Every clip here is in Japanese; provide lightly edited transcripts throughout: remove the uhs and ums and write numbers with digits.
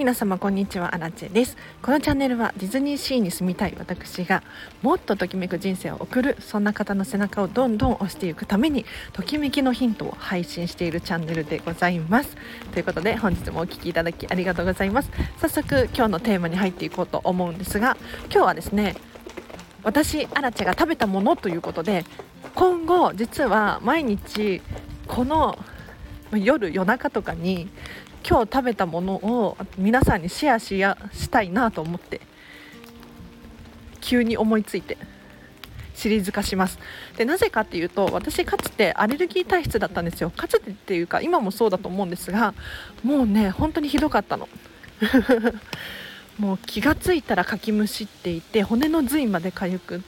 皆様こんにちは、アラチェです。このチャンネルはディズニーシーに住みたい私がもっとときめく人生を送る、そんな方の背中をどんどん押していくためにときめきのヒントを配信しているチャンネルでございます。ということで本日もお聞きいただきありがとうございます。早速今日のテーマに入っていこうと思うんですが、今日はですね、私アラチェが食べたものということで、今後実は毎日この夜中とかに今日食べたものを皆さんにシェアしたいなと思って急に思いついてシリーズ化します。でなぜかっていうと、私かつてアレルギー体質だったんですよ。かつてっていうか今もそうだと思うんですが、もうね本当にひどかったのもう気がついたらかきむしっていて、骨の髄まで痒くって、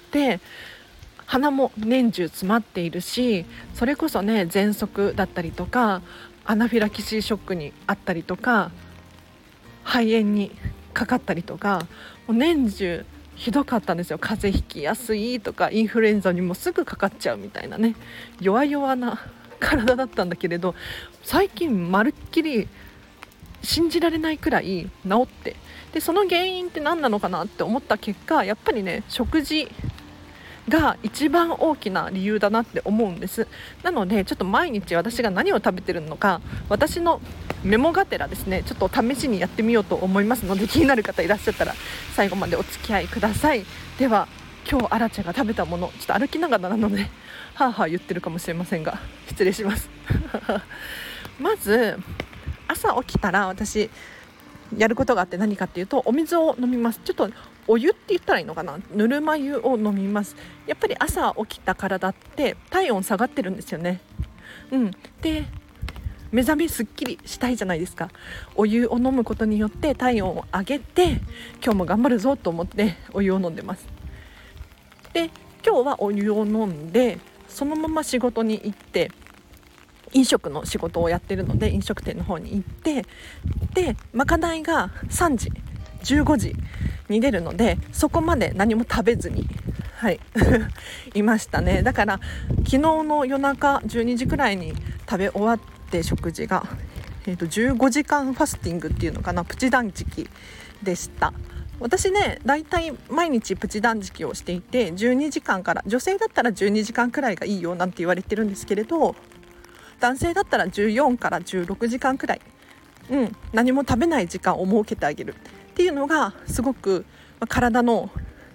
鼻も年中詰まっているし、それこそね喘息だったりとかアナフィラキシーショックにあったりとか肺炎にかかったりとか、もう年中ひどかったんですよ。風邪ひきやすいとかインフルエンザにもすぐかかっちゃうみたいなね、弱々な体だったんだけれど、最近まるっきり信じられないくらい治って、でその原因って何なのかなって思った結果、やっぱりね食事が一番大きな理由だなって思うんです。なのでちょっと毎日私が何を食べてるのか、私のメモがてらですねちょっと試しにやってみようと思いますので、気になる方いらっしゃったら最後までお付き合いください。では今日アラチェが食べたもの、ちょっと歩きながらなのではぁはぁ言ってるかもしれませんが失礼しますまず朝起きたら私やることがあって、何かっていうとお水を飲みます。ちょっとお湯って言ったらいいのかな、ぬるま湯を飲みます。やっぱり朝起きた体って体温下がってるんですよね。で目覚めすっきりしたいじゃないですか。お湯を飲むことによって体温を上げて、今日も頑張るぞと思ってお湯を飲んでます。で今日はお湯を飲んでそのまま仕事に行って、飲食の仕事をやってるので飲食店の方に行って、でまかないが3時15時に出るので、そこまで何も食べずにいましたね。だから昨日の夜中12時くらいに食べ終わって食事が、15時間ファスティングっていうのかな、プチ断食でした。私ねだいたい毎日プチ断食をしていて、12時間から、女性だったら12時間くらいがいいよなんて言われてるんですけれど、男性だったら14から16時間くらい、何も食べない時間を設けてあげるっていうのがすごく体の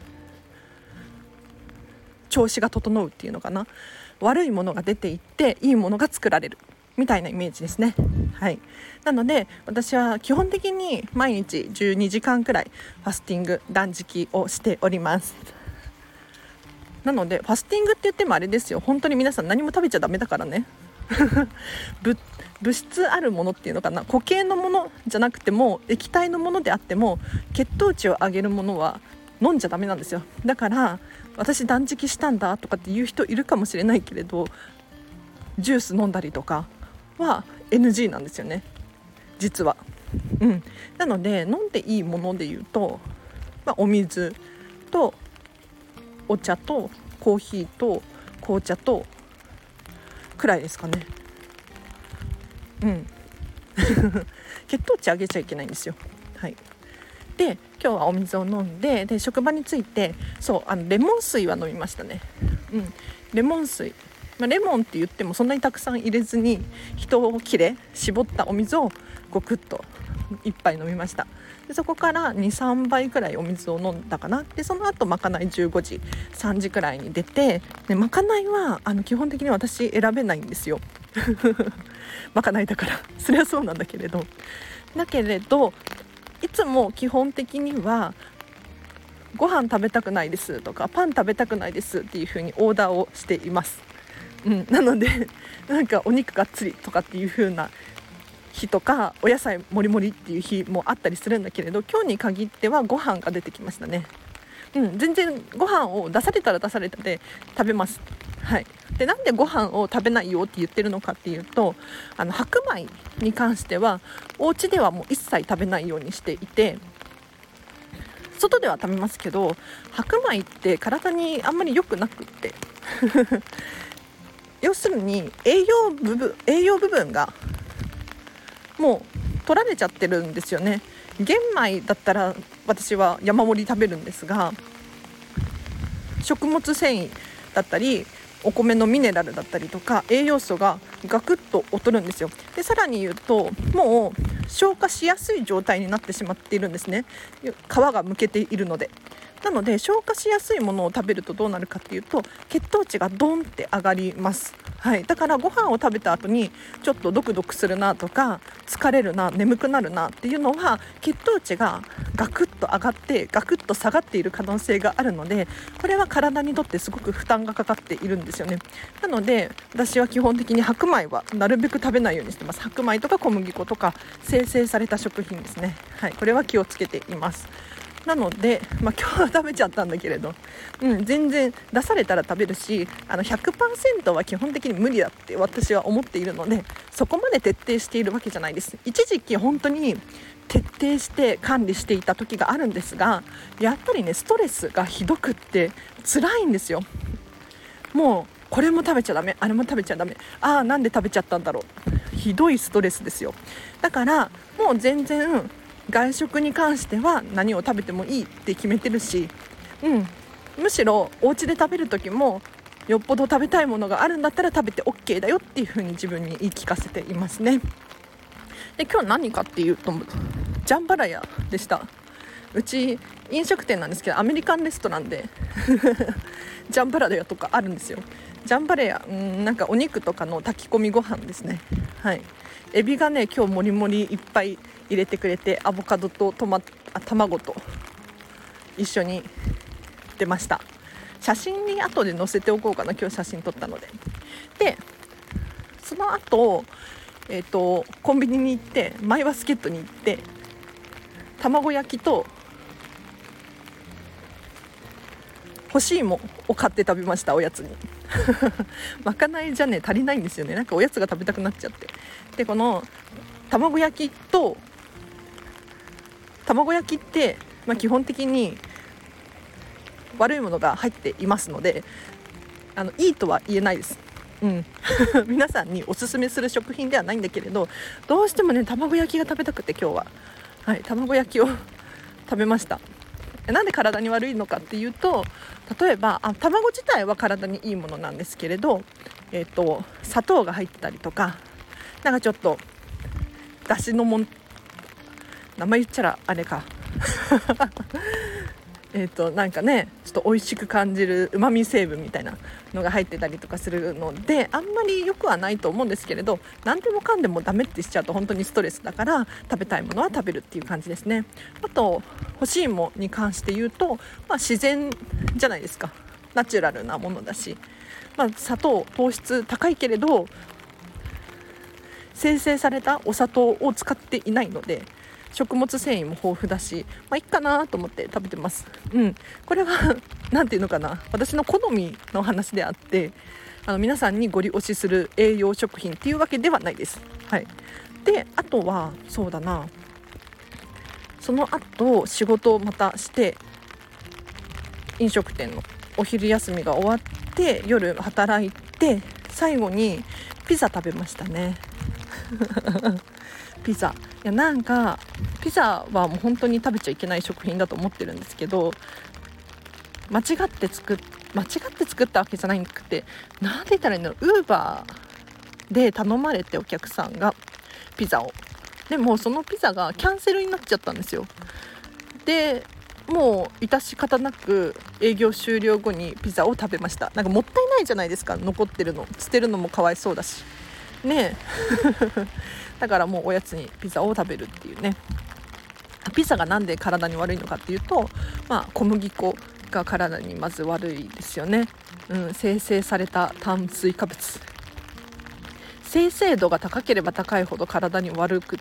調子が整うっていうのかな、悪いものが出ていっていいものが作られるみたいなイメージですね。なので私は基本的に毎日12時間くらいファスティング断食をしております。なのでファスティングって言ってもあれですよ、本当に皆さん何も食べちゃダメだからね物質あるものっていうのかな、固形のものじゃなくても液体のものであっても血糖値を上げるものは飲んじゃダメなんですよ。だから私断食したんだとかっていう人いるかもしれないけれど、ジュース飲んだりとかは NG なんですよね実は。なので飲んでいいもので言うと、お水とお茶とコーヒーと紅茶とくらいですかね。血糖値上げちゃいけないんですよ。で今日はお水を飲んで、職場に着いてレモン水は飲みましたね。レモン水、レモンって言ってもそんなにたくさん入れずに一切れ絞ったお水をごくっと一杯飲みました。でそこから 2,3 杯くらいお水を飲んだかな。でその後まかない15時3時くらいに出て、でまかないは基本的に私選べないんですよまかないだからそれはそうなんだけれどいつも基本的にはご飯食べたくないですとかパン食べたくないですっていう風にオーダーをしています。なのでなんかお肉がっつりとかっていう風な日とか、お野菜もりもりっていう日もあったりするんだけれど、今日に限ってはご飯が出てきましたね。全然ご飯を出されたら出されたで食べます。でなんでご飯を食べないよって言ってるのかっていうと、白米に関してはお家ではもう一切食べないようにしていて、外では食べますけど白米って体にあんまり良くなくって要するに栄養部分がもう取られちゃってるんですよね。 玄米だったら私は山盛り食べるんですが、食物繊維だったりお米のミネラルだったりとか栄養素がガクッと劣るんですよ。でさらに言うと、もう消化しやすい状態になってしまっているんですね。皮がむけているので。なので消化しやすいものを食べるとどうなるかっていうと、血糖値がドンって上がります。はい、だからご飯を食べた後にちょっとドクドクするなとか疲れるな、眠くなるなっていうのは、血糖値がガクッと上がってガクッと下がっている可能性があるので、これは体にとってすごく負担がかかっているんですよね。なので私は基本的に白米はなるべく食べないようにしてます。白米とか小麦粉とか精製された食品ですね。はい、これは気をつけています。なので、今日は食べちゃったんだけれど、全然出されたら食べるし、100% は基本的に無理だって私は思っているので、そこまで徹底しているわけじゃないです。一時期本当に徹底して管理していた時があるんですが、やっぱりね、ストレスがひどくって辛いんですよ。もうこれも食べちゃダメ、あれも食べちゃダメ、なんで食べちゃったんだろう、ひどいストレスですよ。だからもう全然外食に関しては何を食べてもいいって決めてるし、むしろお家で食べる時もよっぽど食べたいものがあるんだったら食べて OK だよっていう風に自分に言い聞かせていますね。で今日何かっていうと、ジャンバラヤでした。うち飲食店なんですけどアメリカンレストランでジャンバラヤとかあるんですよ。ジャンバラヤ、なんかお肉とかの炊き込みご飯ですね。はい、エビがね今日もりもりいっぱい入れてくれて、アボカドと卵と一緒に出ました。写真に後で載せておこうかな、今日写真撮ったので。でその後、コンビニに行ってマイバスケットに行って卵焼きと干し芋を買って食べました。おやつにまかないじゃね足りないんですよね。なんかおやつが食べたくなっちゃって、でこの卵焼きって、基本的に悪いものが入っていますので、いいとは言えないです。皆さんにおすすめする食品ではないんだけれど、どうしてもね卵焼きが食べたくて今日は、卵焼きを食べました。なんで体に悪いのかっていうと、例えば卵自体は体にいいものなんですけれど、砂糖が入ってたりとか、なんかちょっとだしの名前言っちゃらあれかなんかねちょっと美味しく感じる旨味成分みたいなのが入ってたりとかするので、あんまり良くはないと思うんですけれど、何でもかんでもダメってしちゃうと本当にストレスだから、食べたいものは食べるっていう感じですね。あと干し芋に関して言うと、自然じゃないですか。ナチュラルなものだし、砂糖糖質高いけれど精製されたお砂糖を使っていないので、食物繊維も豊富だし、いいかなと思って食べてます。これはなんていうのかな、私の好みの話であって、皆さんにご利押しする栄養食品っていうわけではないです。であとはそうだな、その後仕事をまたして、飲食店のお昼休みが終わって夜働いて、最後にピザ食べましたねピザ、なんかピザはもう本当に食べちゃいけない食品だと思ってるんですけど、間違って作ったわけじゃなくて、なんて言ったらいいんだろう、ウーバーで頼まれてお客さんがピザを、でもそのピザがキャンセルになっちゃったんですよ。でもう致し方なく営業終了後にピザを食べました。なんかもったいないじゃないですか、残ってるの捨てるのもかわいそうだしねだからもうおやつにピザを食べるっていうね。ピザがなんで体に悪いのかっていうと、小麦粉が体にまず悪いですよね。精製された炭水化物、精製度が高ければ高いほど体に悪くって、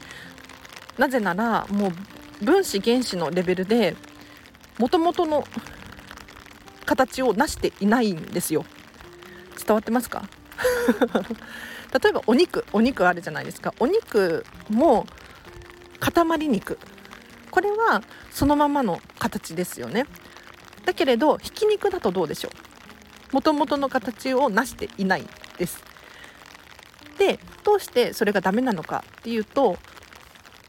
なぜならもう分子原子のレベルで元々の形を成していないんですよ。伝わってますか例えばお肉あるじゃないですか。お肉も塊肉、これはそのままの形ですよね。だけれどひき肉だとどうでしょう、元々の形を成していないです。でどうしてそれがダメなのかっていうと、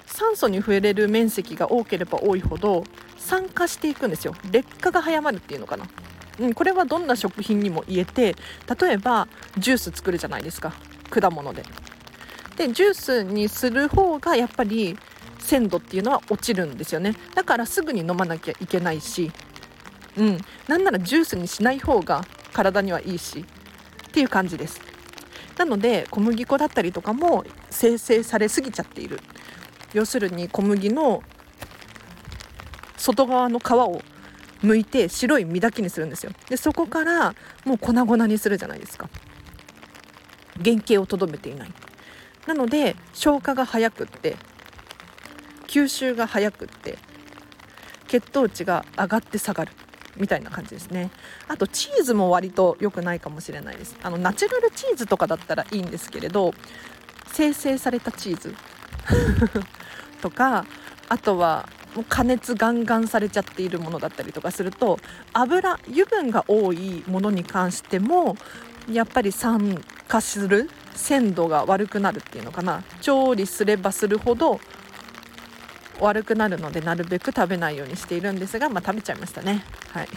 酸素に触れる面積が多ければ多いほど酸化していくんですよ。劣化が早まるっていうのかな、これはどんな食品にも言えて、例えばジュース作るじゃないですか、果物で。でジュースにする方がやっぱり鮮度っていうのは落ちるんですよね。だからすぐに飲まなきゃいけないし、なんならジュースにしない方が体にはいいしっていう感じです。なので小麦粉だったりとかも生成されすぎちゃっている。要するに小麦の外側の皮を剥いて白い実だけにするんですよ。でそこからもう粉々にするじゃないですか。原型をとどめていない。なので消化が早くって吸収が早くって血糖値が上がって下がるみたいな感じですね。あとチーズも割と良くないかもしれないです。ナチュラルチーズとかだったらいいんですけれど、生成されたチーズとか、あとはもう加熱ガンガンされちゃっているものだったりとかすると、油分が多いものに関してもやっぱり酸化する、鮮度が悪くなるっていうのかな、調理すればするほど悪くなるので、なるべく食べないようにしているんですが、食べちゃいましたね。はい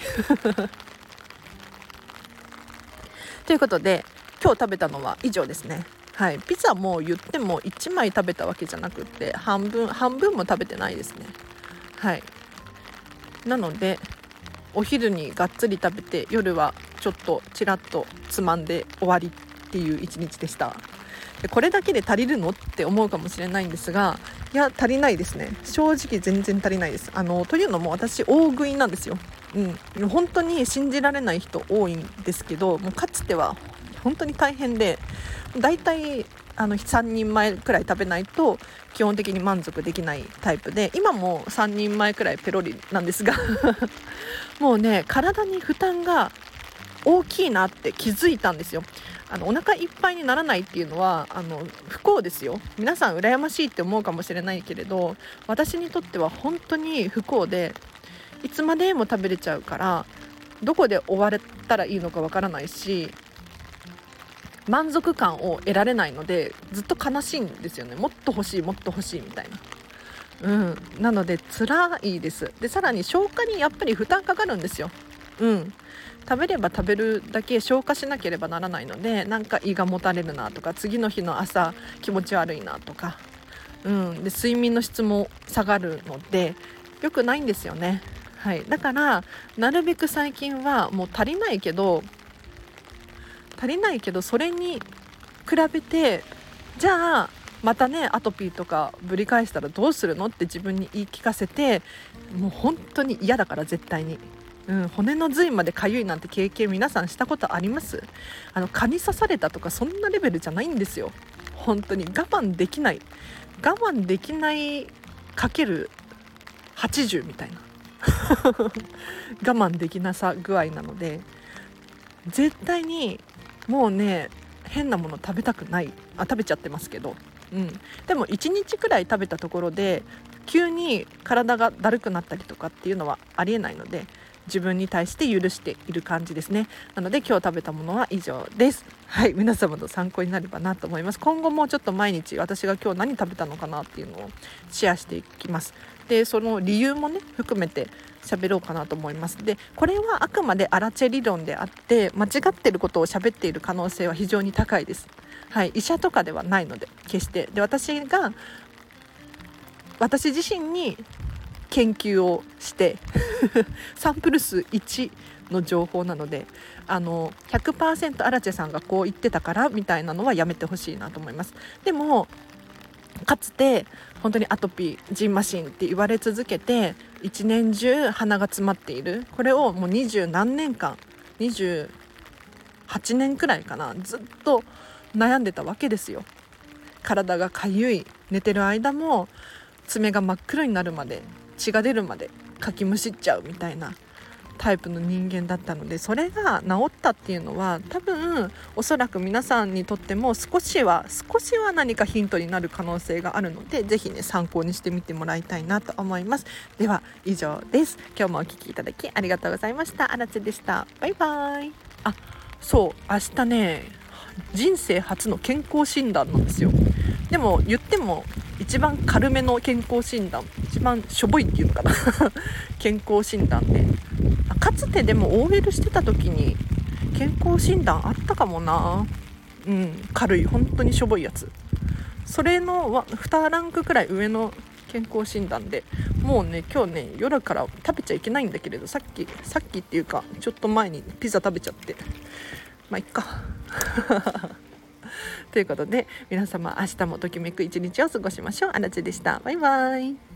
ということで今日食べたのは以上ですね。はい、ピザも言っても1枚食べたわけじゃなくって半分も食べてないですね。はい、なのでお昼にがっつり食べて、夜はちょっとちらっとつまんで終わりっていう一日でした。でこれだけで足りるのって思うかもしれないんですが、いや足りないですね。正直全然足りないです。というのも私大食いなんですよ。本当に信じられない人多いんですけど、もうかつては本当に大変で、だいたい3人前くらい食べないと基本的に満足できないタイプで、今も3人前くらいペロリなんですがもうね、体に負担が大きいなって気づいたんですよ。お腹いっぱいにならないっていうのは不幸ですよ。皆さん羨ましいって思うかもしれないけれど、私にとっては本当に不幸で、いつまでも食べれちゃうからどこで終われたらいいのかわからないし、満足感を得られないのでずっと悲しいんですよね。もっと欲しいもっと欲しいみたいな。なので辛いです。でさらに消化にやっぱり負担かかるんですよ。食べれば食べるだけ消化しなければならないので、なんか胃がもたれるなとか、次の日の朝気持ち悪いなとか、で睡眠の質も下がるので良くないんですよね。はい、だからなるべく最近はもう足りないけどそれに比べて、じゃあまたねアトピーとかぶり返したらどうするのって自分に言い聞かせて、もう本当に嫌だから絶対に、骨の髄までかゆいなんて経験皆さんしたことあります？蚊に刺されたとかそんなレベルじゃないんですよ。本当に我慢できないかける80みたいな我慢できなさ具合なので、絶対にもうね変なもの食べたくない。食べちゃってますけど、でも1日くらい食べたところで急に体がだるくなったりとかっていうのはありえないので、自分に対して許している感じですね。なので今日食べたものは以上です。はい、皆様の参考になればなと思います。今後もちょっと毎日私が今日何食べたのかなっていうのをシェアしていきます。でその理由もね含めて喋ろうかなと思います。でこれはあくまでアラチェ理論であって、間違っていることを喋っている可能性は非常に高いです。はい、医者とかではないので決して。で私自身に研究をしてサンプル数1の情報なので、100% アラチェさんがこう言ってたからみたいなのはやめてほしいなと思います。でもかつて本当にアトピージンマシンって言われ続けて一年中鼻が詰まっている、これをもう20何年間28年くらいかな、ずっと悩んでたわけですよ。体がかゆい、寝てる間も爪が真っ黒になるまで、血が出るまでかきむしっちゃうみたいなタイプの人間だったので、それが治ったっていうのは多分おそらく皆さんにとっても少しは何かヒントになる可能性があるので、ぜひね参考にしてみてもらいたいなと思います。では以上です。今日もお聞きいただきありがとうございました。あらちでした。バイバイ。そう明日ね人生初の健康診断なんですよ。でも言っても一番軽めの健康診断、一番しょぼいっていうのかな健康診断で、かつてでも OL してた時に健康診断あったかもな。軽い本当にしょぼいやつ、それの2ランクくらい上の健康診断で、もうね今日ね夜から食べちゃいけないんだけれど、さっきっていうかちょっと前にピザ食べちゃって、まあいっかということで皆様、明日もときめく一日を過ごしましょう。あらちでした。バイバイ。